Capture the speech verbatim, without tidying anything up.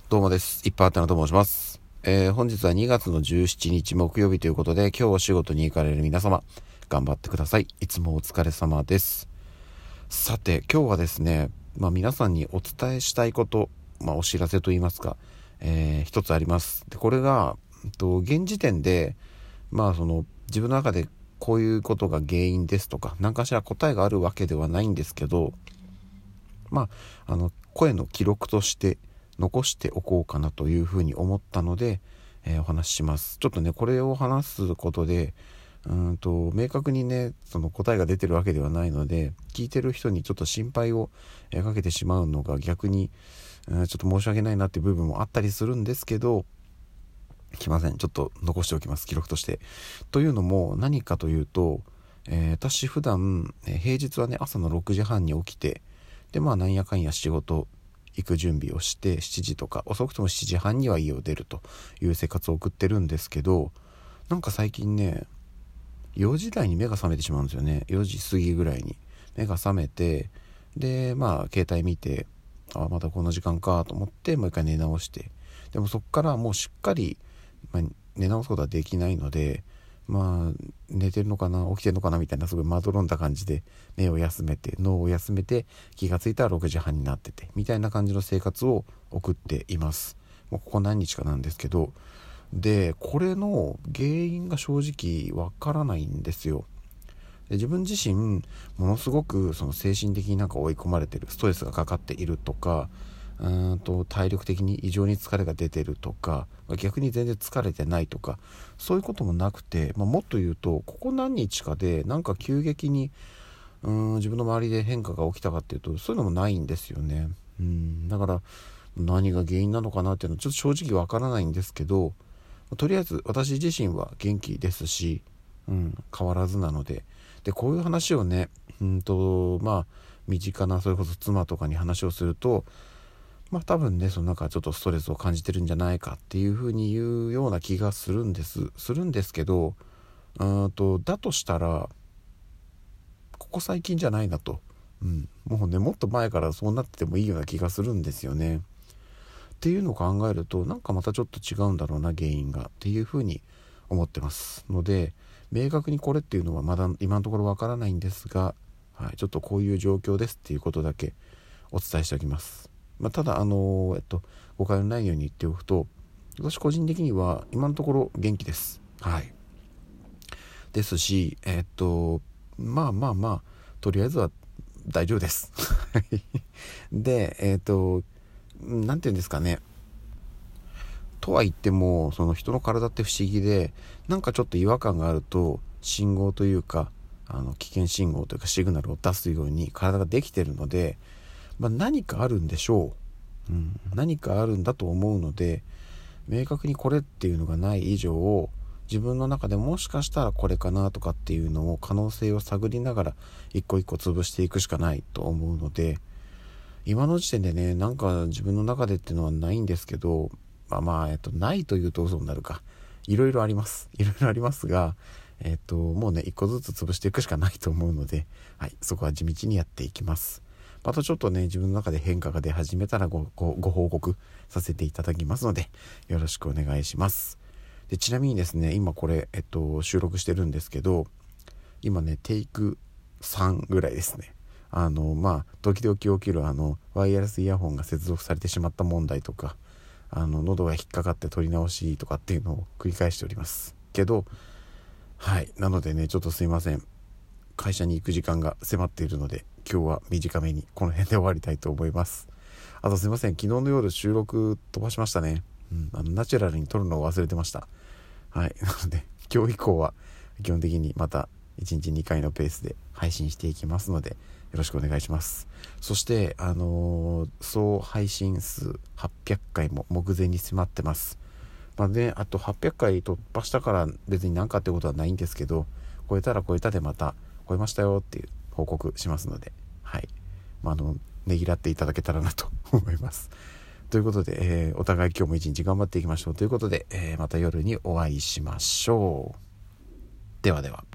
どうもです。いっぱいあったなと申します。えー、本日はにがつのじゅうしちにち木曜日ということで、今日お仕事に行かれる皆様、頑張ってください。いつもお疲れ様です。さて、今日はですね、まあ皆さんにお伝えしたいこと、まあお知らせといいますか、えー、一つあります。で、これが、と現時点で、まあその自分の中でこういうことが原因ですとか、何かしら答えがあるわけではないんですけど、まあ、あの声の記録として残しておこうかなというふうに思ったので、えーお話しします。ちょっとねこれを話すことでうーんと明確にねその答えが出てるわけではないので、聞いてる人にちょっと心配をえーかけてしまうのが逆に、うん、ちょっと申し訳ないなっていう部分もあったりするんですけど、すいません、ちょっと残しておきます、記録として。というのも何かというと、えー私普段、えー平日はね朝のろくじはんに起きて、でまあなんやかんや仕事行く準備をしてしちじとか遅くともしちじはんには家を出るという生活を送ってるんですけど、なんか最近ねよじ台に目が覚めてしまうんですよね。よじ過ぎぐらいに目が覚めて、でまあ携帯見て、あまたこの時間かと思ってもう一回寝直して、でもそっからもうしっかり、まあ、寝直すことはできないので、まあ寝てるのかな起きてるのかなみたいなすごいまどろんだ感じで目を休めて脳を休めて、気がついたらろくじはんになっててみたいな感じの生活を送っています。もうここ何日かなんですけど、でこれの原因が正直わからないんですよ。で自分自身ものすごくその精神的になんか追い込まれてる、ストレスがかかっているとか、うーんと体力的に異常に疲れが出てるとか、逆に全然疲れてないとか、そういうこともなくて、まあ、もっと言うとここ何日かでなんか急激にうーん自分の周りで変化が起きたかっていうとそういうのもないんですよね。うんだから何が原因なのかなっていうのはちょっと正直わからないんですけど、とりあえず私自身は元気ですし、うん、変わらずなので、でこういう話をね、うんとまあ身近なそれこそ妻とかに話をすると、まあ多分ねその中ちょっとストレスを感じてるんじゃないかっていうふうに言うような気がするんですするんですけど、うんとだとしたらここ最近じゃないなと、うん、もうねもっと前からそうなっててもいいような気がするんですよね。っていうのを考えるとなんかまたちょっと違うんだろうな原因がっていうふうに思ってますので、明確にこれっていうのはまだ今のところわからないんですが、はい、ちょっとこういう状況ですっていうことだけお伝えしておきます。まあ、ただあのー、えっと誤解のないように言っておくと、私個人的には今のところ元気です。はいですし、えっとまあまあまあとりあえずは大丈夫ですでえっとなんていうんですかね、とは言ってもその人の体って不思議で、なんかちょっと違和感があると信号というかあの危険信号というかシグナルを出すように体ができてるので、まあ、何かあるんでしょう、うん、何かあるんだと思うので、明確にこれっていうのがない以上自分の中でもしかしたらこれかなとかっていうのを可能性を探りながら一個一個潰していくしかないと思うので、今の時点でねなんか自分の中でっていうのはないんですけど、まあまあ、えっと、ないというと嘘になるか、いろいろありますいろいろありますが、えっともうね一個ずつ潰していくしかないと思うので、はい、そこは地道にやっていきます。またちょっとね自分の中で変化が出始めたら ご, ご, ご報告させていただきますのでよろしくお願いします。でちなみにですね今これ、えっと、収録してるんですけど、今ねテイクさんぐらいですね。あのまあ時々起きるあのワイヤレスイヤホンが接続されてしまった問題とか、あの喉が引っかかって取り直しとかっていうのを繰り返しておりますけど、はいなのでねちょっとすいません、会社に行く時間が迫っているので今日は短めにこの辺で終わりたいと思います。あとすいません、昨日の夜収録飛ばしましたね、うん、あのナチュラルに撮るのを忘れてました。はいなので今日以降は基本的にまたいちにちにかいのペースで配信していきますのでよろしくお願いします。そしてあのー、総配信数はっぴゃっかいも目前に迫ってます。まあね、あとはっぴゃっかい突破したから別に何かってことはないんですけど、超えたら超えたでまた超えましたよっていう報告しますので、はい、まあ、あのねぎらっていただけたらなと思います。ということで、えー、お互い今日も一日頑張っていきましょうということで、えー、また夜にお会いしましょう。ではでは。